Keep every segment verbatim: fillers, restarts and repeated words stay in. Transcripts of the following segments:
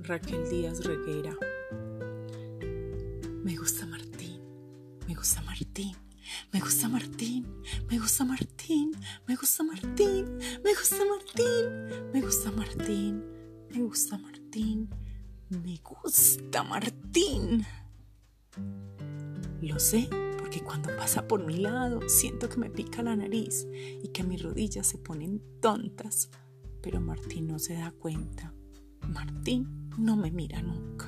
Raquel Díaz Reguera. Me gusta Martín, me gusta Martín, me gusta Martín, me gusta Martín, me gusta Martín, me gusta Martín, me gusta Martín, me gusta Martín, me gusta Martín. Lo sé porque cuando pasa por mi lado siento que me pica la nariz y que mis rodillas se ponen tontas, pero Martín no se da cuenta. Martín no me mira nunca.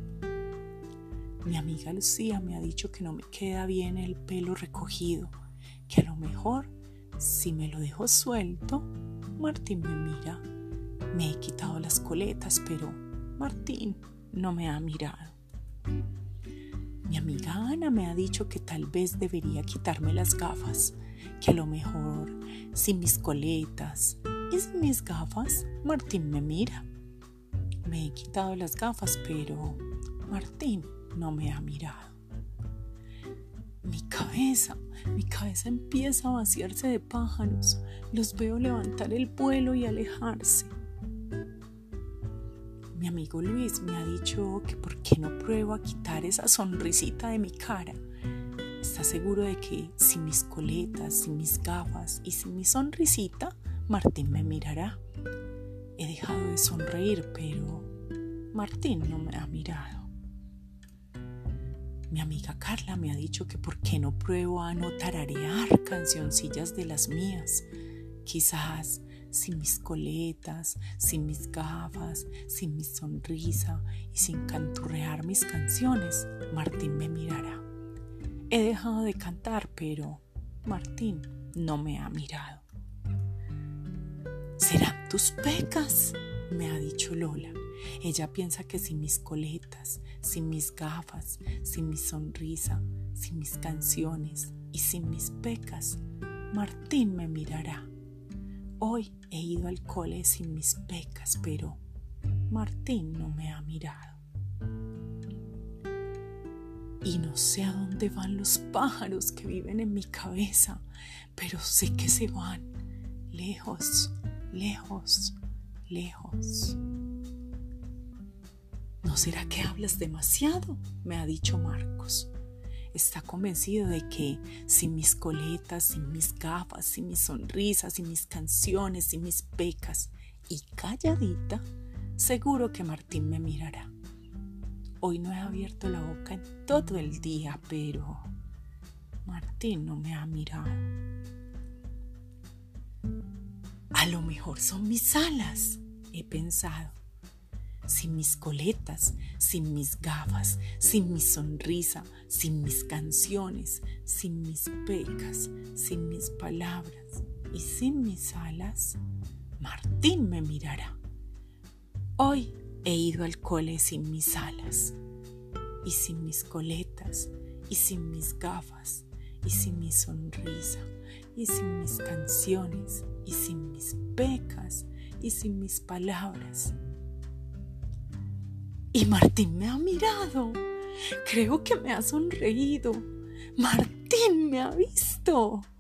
Mi amiga Lucía me ha dicho que no me queda bien el pelo recogido, que a lo mejor si me lo dejo suelto, Martín me mira. Me he quitado las coletas, pero Martín no me ha mirado. Mi amiga Ana me ha dicho que tal vez debería quitarme las gafas, que a lo mejor sin mis coletas y sin mis gafas, Martín me mira. Me he quitado las gafas, pero Martín no me ha mirado. Mi cabeza, mi cabeza empieza a vaciarse de pájaros. Los veo levantar el vuelo y alejarse. Mi amigo Luis me ha dicho que por qué no pruebo a quitar esa sonrisita de mi cara. Está seguro de que sin mis coletas, sin mis gafas y sin mi sonrisita, Martín me mirará. He dejado de sonreír, pero Martín no me ha mirado. Mi amiga Carla me ha dicho que por qué no pruebo a no tararear cancioncillas de las mías. Quizás sin mis coletas, sin mis gafas, sin mi sonrisa y sin canturrear mis canciones, Martín me mirará. He dejado de cantar, pero Martín no me ha mirado. ¿Serán tus pecas?, me ha dicho Lola. Ella piensa que sin mis coletas, sin mis gafas, sin mi sonrisa, sin mis canciones y sin mis pecas, Martín me mirará. Hoy he ido al cole sin mis pecas, pero Martín no me ha mirado. Y no sé a dónde van los pájaros que viven en mi cabeza, pero sé que se van lejos, lejos, lejos. ¿No será que hablas demasiado?, me ha dicho Marcos. Está convencido de que sin mis coletas, sin mis gafas, sin mis sonrisas, sin mis canciones, sin mis pecas y calladita, seguro que Martín me mirará. Hoy no he abierto la boca en todo el día, pero Martín no me ha mirado. A lo mejor son mis alas, he pensado. Sin mis coletas, sin mis gafas, sin mi sonrisa, sin mis canciones, sin mis pecas, sin mis palabras y sin mis alas, Martín me mirará. Hoy he ido al cole sin mis alas y sin mis coletas y sin mis gafas y sin mi sonrisa y sin mis canciones y sin mis pecas y sin mis palabras. Y Martín me ha mirado. Creo que me ha sonreído. Martín me ha visto.